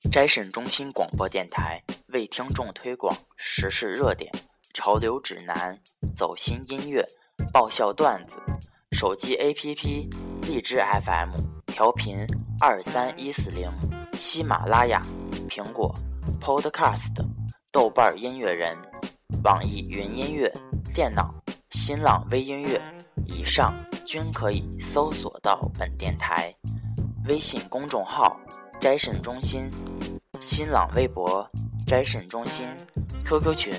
摘审中心广播电台为听众推广时事热点、潮流指南、走心音乐、爆笑段子。手机 APP 荔枝 FM 调频23140，喜马拉雅、苹果 Podcast、豆瓣音乐人、网易云音乐、电脑、新浪微音乐以上均可以搜索到本电台。微信公众号摘审中心，新浪微博摘审中心， QQ 群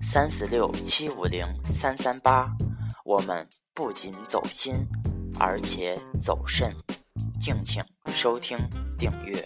346750338。我们不仅走心，而且走肾，敬请收听订阅。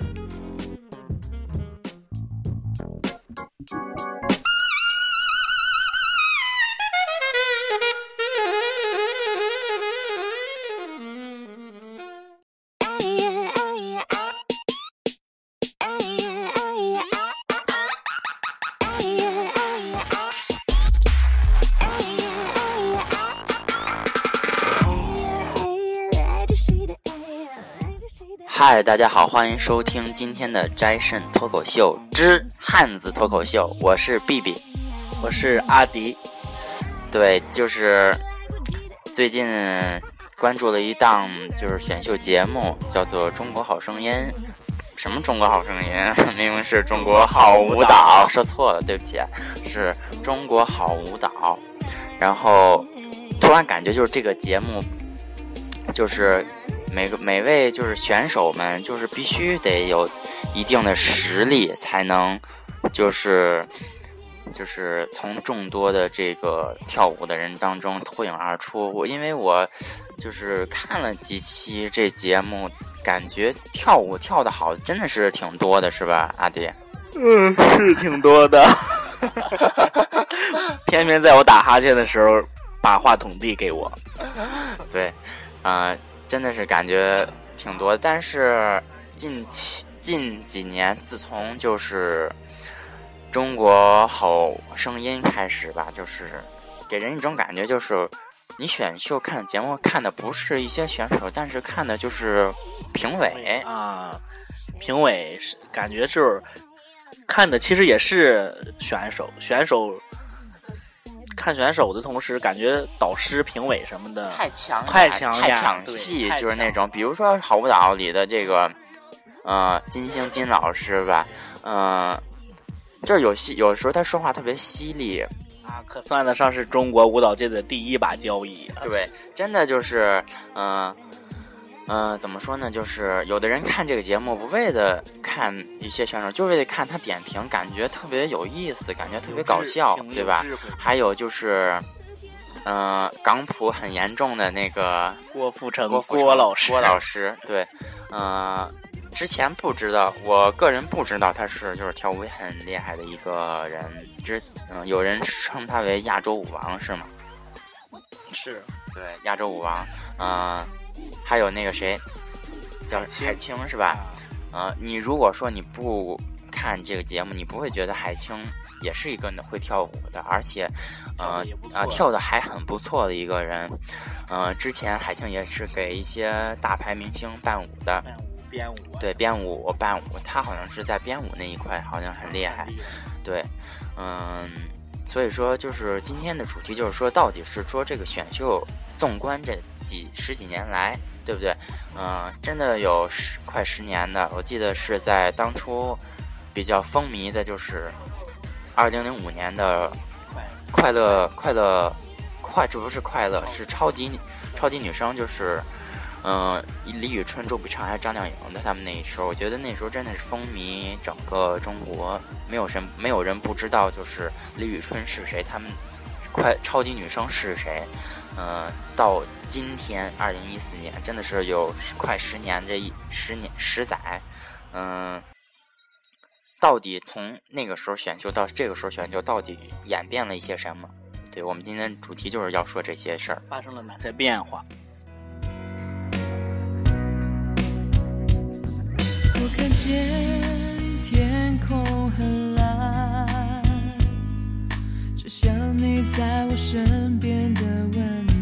嗨，大家好，欢迎收听今天的摘肾脱口秀之汉字脱口秀，我是 BB， 我是阿迪。 对，就是最近关注了一档就是选秀节目，叫做《中国好声音》。什么中国好声音？明明是中国好舞蹈，说错了，对不起，是中国好舞蹈。然后突然感觉就是这个节目就是每位就是选手们就是必须得有一定的实力，才能就是从众多的这个跳舞的人当中脱颖而出。因为我就是看了几期这节目，感觉跳舞跳得好真的是挺多的，是吧，阿迪？ 是挺多的。偏偏在我打哈欠的时候把话筒递给我。 对，真的是感觉挺多，但是近几年，自从就是中国好声音开始吧，就是给人一种感觉，就是你选秀看节目看的不是一些选手，但是看的就是评委啊。评委是感觉就是看的其实也是选手看选手的同时，感觉导师、评委什么的太抢戏，就是那种，比如说好舞蹈里的这个，金星金老师吧，就是有时候他说话特别犀利啊，可算得上是中国舞蹈界的第一把交椅。 对，真的就是，怎么说呢？就是有的人看这个节目不为了看一些选手，就为了看他点评，感觉特别有意思，感觉特别搞笑，对吧？还有就是，港普很严重的那个郭富城郭老师，对，之前不知道，我个人不知道他是就是跳舞很厉害的一个人，有人称他为亚洲舞王是吗？ 是， 对，亚洲舞王，还有那个谁叫海清是吧？你如果说你不看这个节目，你不会觉得海清也是一个会跳舞的，而且跳的还很不错的一个人。之前海清也是给一些大牌明星伴舞的， 编舞， 对，编舞伴舞，他好像是在编舞那一块好像很厉害。对，所以说就是今天的主题就是说，到底是说这个选秀纵观这十几年来，对不对？真的有快10年的，我记得是在当初比较风靡的，就是2005年的快乐，这不是快乐，是超级女声，就是李宇春、周笔畅还有张靓颖的他们那时候，我觉得那时候真的是风靡整个中国，没有人不知道就是李宇春是谁，他们超级女声是谁。到今天2014年，真的是有快10年，这10载，到底从那个时候选秀到这个时候选秀，到底演变了一些什么？对，我们今天主题就是要说这些事儿， 发生了哪些变化？ 我看见天空很蓝，就像你在我身边的温暖。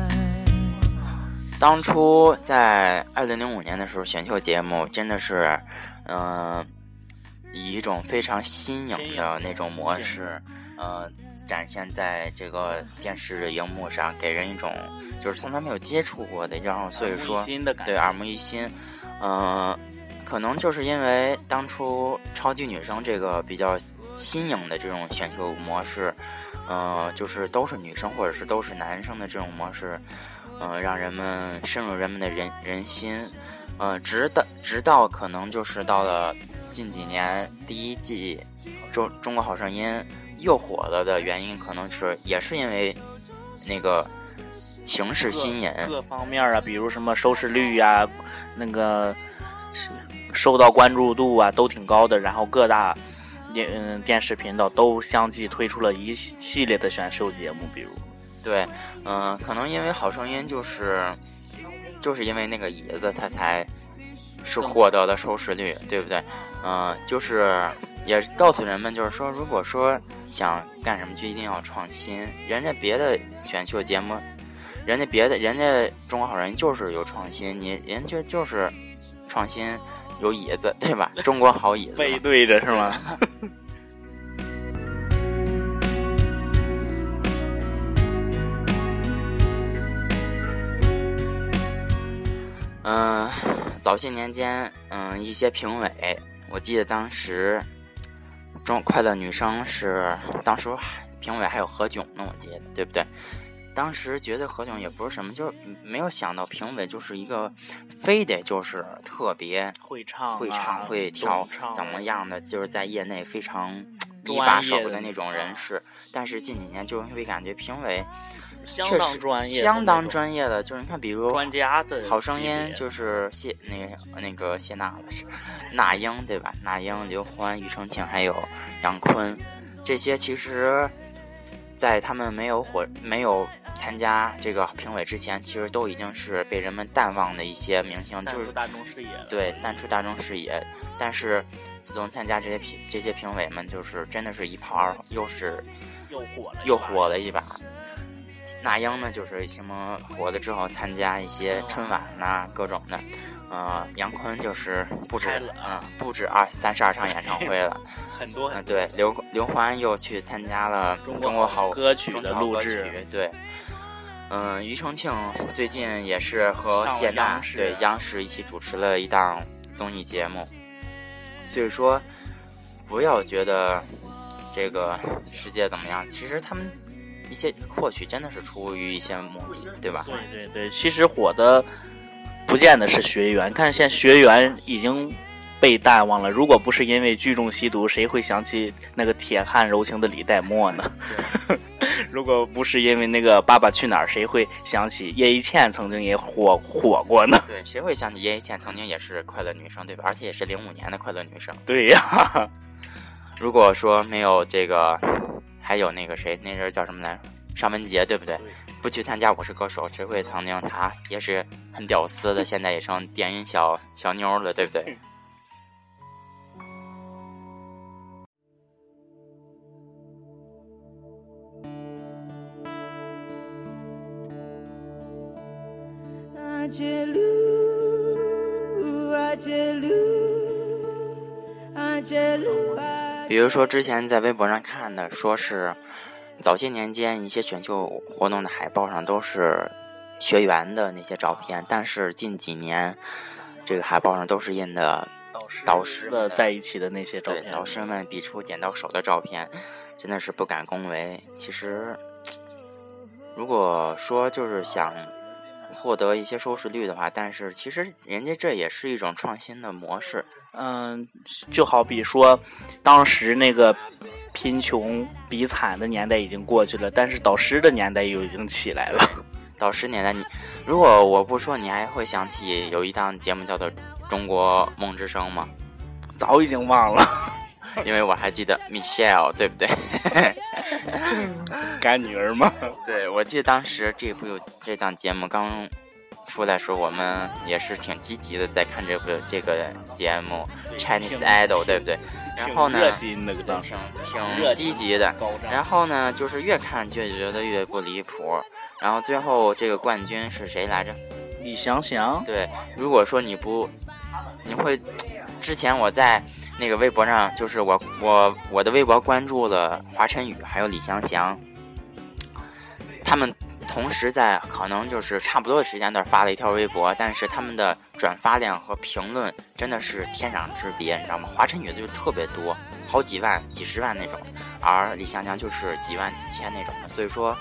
当初在2005年的时候，选秀节目真的是， 以一种非常新颖的那种模式，展现在这个电视荧幕上，给人一种就是从来没有接触过的，然后所以说对耳目一新。可能就是因为当初超级女声这个比较新颖的这种选秀模式，就是都是女生或者是都是男生的这种模式，让人们深入人们的人心。直到可能就是到了近几年第一季中国好声音又火了的原因，可能也是因为那个形式新颖， 各方面啊，比如什么收视率啊，那个受到关注度啊都挺高的，然后各大电视频道都相继推出了一系列的选秀节目，比如对，可能因为好声音就是因为那个椅子它才是获得了收视率，对不对？就是也告诉人们，就是说如果说想干什么就一定要创新，人家别的选秀节目，人家中国好声音就是有创新，人家就是创新有椅子，对吧？中国好椅子背对着是吗？ 早些年间，一些评委，我记得当时快乐女声是当时评委还有何炅呢，我记得对不对？当时觉得何炅也不是什么，就是没有想到评委就是一个非得就是特别会唱会跳怎么样的，就是在业内非常一把手的那种人士。但是近几年就会感觉评委相当专业的，就是你看，比如专家的好声音就是那个谢娜了，是那英对吧？那英、刘欢、庾澄庆还有杨坤，这些其实在他们没有参加这个评委之前，其实都已经是被人们淡忘的一些明星，就是淡出大众视野了。 对，淡出大众视野。但是自从参加这些评委们，就是真的是一炮又火了一把。那英呢，就是什么火了之后参加一些春晚呐，各种的。杨坤就是不止32场演唱会了， 很多。 对，刘欢又去参加了中国好歌曲的录制。 对，庾澄庆最近也是和谢娜对央视一起主持了一档综艺节目。所以说，不要觉得这个世界怎么样，其实他们一些获取真的是出于一些目的，对吧？ 对，其实火的不见得是学员，看现在学员已经被淡忘了。如果不是因为聚众吸毒，谁会想起那个铁汉柔情的李代沫呢？如果不是因为那个《爸爸去哪儿》，谁会想起叶一茜曾经也火过呢？ 对，谁会想起叶一茜曾经也是快乐女声，对吧？而且也是05年的快乐女声。 对呀， 如果说没有这个，还有那个谁，那人叫什么来着？尚雯婕，对不对？不去参加《我是歌手》，谁会曾经她也是很屌丝的，现在也成电音小妞了，对不对？比如说之前在微博上看的，说是早些年间一些选秀活动的海报上都是学员的那些照片，但是近几年这个海报上都是印的导师的在一起的那些照片， 对，导师们比出剪刀手的照片，真的是不敢恭维。其实如果说就是想获得一些收视率的话，但是其实人家这也是一种创新的模式。 就好比说当时那个贫穷比惨的年代已经过去了，但是导师的年代又已经起来了。 导师年代，如果我不说，你还会想起有一档节目叫做《中国梦之声》吗？ 早已经忘了， 因为我还记得 Michelle， 对不对？ 干女儿吗？ 对，我记得当时这档节目刚出来的时候，我们也是挺积极的在看这个节目 Chinese Idol， 对不对？然后呢，挺积极的。然后呢，就是越看就觉得越不离谱。然后最后这个冠军是谁来着？ 李祥祥。 对，如果说你会，之前我在那个微博上，就是我的微博关注了华晨宇还有李祥祥，他们同时在可能就是差不多的时间段发了一条微博，但是他们的转发量和评论真的是天壤之别，你知道吗？华晨宇的就特别多，好几万、几十万那种，而李祥祥就是几万、几千那种的。所以说，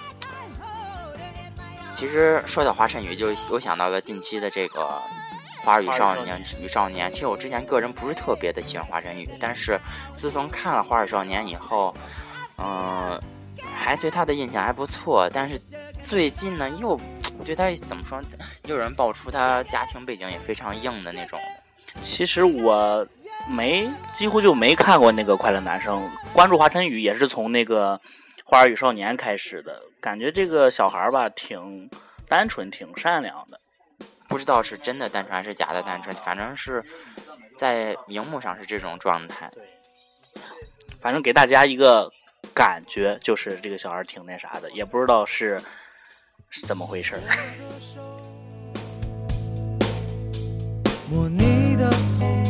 其实说到华晨宇，就有想到了近期的这个《花儿与少年》。其实我之前个人不是特别的喜欢华晨宇，但是自从看了《花儿与少年》以后，还对他的印象还不错。但是最近呢，又对他怎么说？又有人爆出他家庭背景也非常硬的那种。 其实我几乎就没看过那个《快乐男生》，关注华晨宇也是从那个《花儿与少年》开始的。感觉这个小孩吧，挺单纯，挺善良的。 不知道是真的单纯还是假的单纯，反正是在荧幕上是这种状态。 反正给大家一个感觉，就是这个小孩挺那啥的，也不知道是怎么回事。 摸你的头，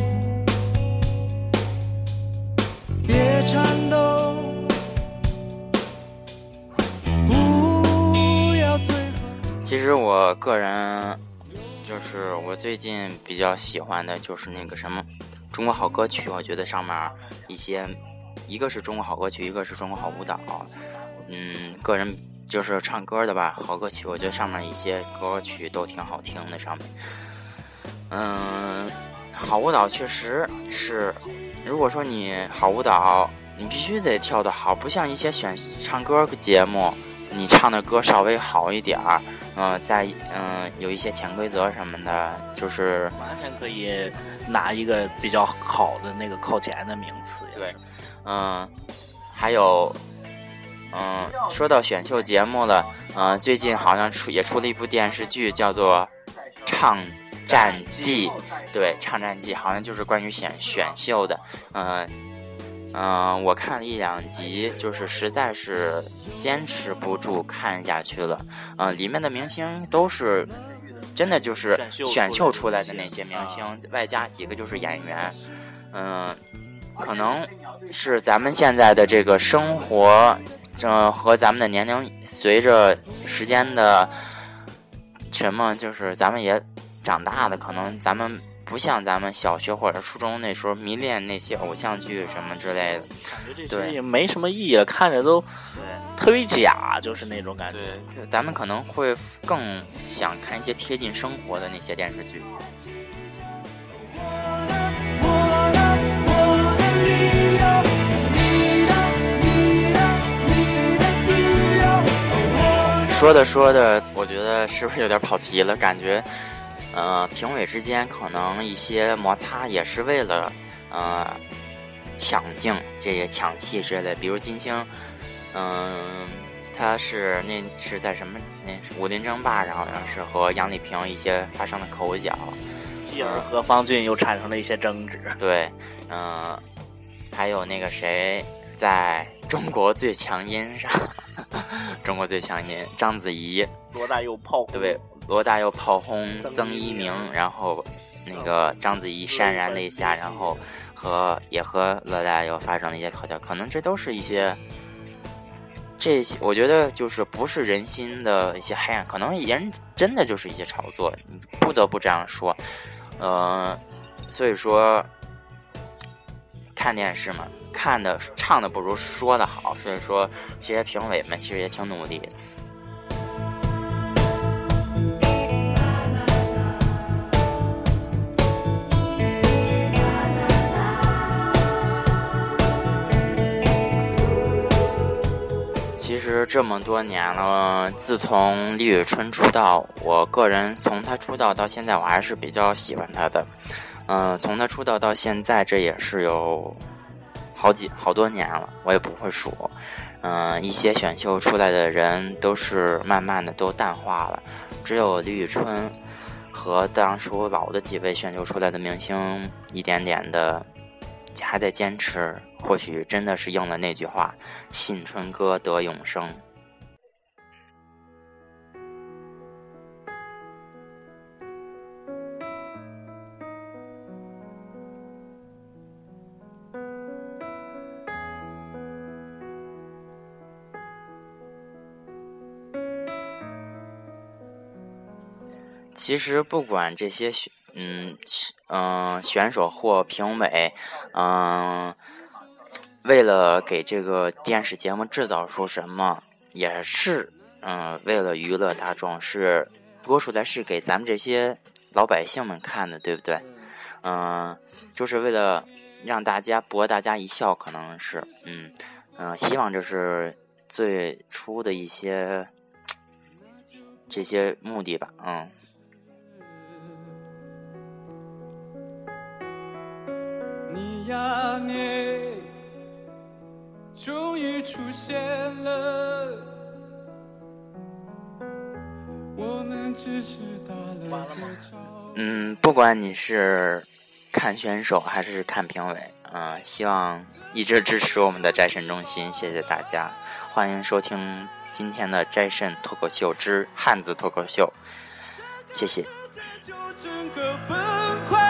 别颤抖，不要退后。 其实我个人就是我最近比较喜欢的就是那个什么中国好歌曲，我觉得上面一个是中国好歌曲，一个是中国好舞蹈。个人就是唱歌的吧，好歌曲我觉得上面一些歌曲都挺好听的。上面好舞蹈确实是，如果说你好舞蹈你必须得跳得好，不像一些唱歌节目你唱的歌稍微好一点儿，有一些潜规则什么的，就是完全可以拿一个比较好的那个靠前的名次。 对，还有，说到选秀节目了，最近好像也出了一部电视剧，叫做《唱战记》。对，《唱战记》好像就是关于选秀的。我看了1-2集，就是实在是坚持不住看下去了。里面的明星都是真的就是选秀出来的那些明星，外加几个就是演员。可能是咱们现在的这个生活，和咱们的年龄随着时间的就是咱们也长大了，可能咱们不像咱们小学或者初中那时候迷恋那些偶像剧什么之类的， 对，也没什么意义了，看着都特别假，就是那种感觉。 对，咱们可能会更想看一些贴近生活的那些电视剧。说的，我觉得是不是有点跑题了？感觉，评委之间可能一些摩擦也是为了，抢镜这些抢戏之类。比如金星，他是在什么武林争霸上，好像是和杨丽萍一些发生了口角， 继而和方俊又产生了一些争执。 对，还有那个谁。在中国最强音上，中国最强音章子怡， 罗大佑炮轰， 对，罗大佑炮轰曾一鸣，然后那个章子怡潸然泪下，然后也和罗大佑发生了一些口角，可能这都是一些这些，我觉得就是不是人心的一些黑暗，可能人真的就是一些炒作，你不得不这样说，所以说看电视嘛。唱的不如说的好，所以说这些评委们其实也挺努力的。其实这么多年了，自从李宇春出道，我个人从她出道到现在，我还是比较喜欢她的。从她出道到现在，这也是有好多年了，我也不会数。一些选秀出来的人都是慢慢的都淡化了，只有李宇春和当初老的几位选秀出来的明星一点点的还在坚持，或许真的是应了那句话，信春歌得永生。 其实不管这些选手或评委，为了给这个电视节目制造出什么，也是为了娱乐大众，是播出来是给咱们这些老百姓们看的，对不对？就是为了让大家博大家一笑，可能是希望这是最初的一些这些目的吧。 你呀你终于出现了，我们只是打了个招呼。 不管你是看选手还是看评委，希望一直支持我们的斋肾中心，谢谢大家，欢迎收听今天的斋肾脱口秀之汉字脱口秀，谢谢。 就整个崩溃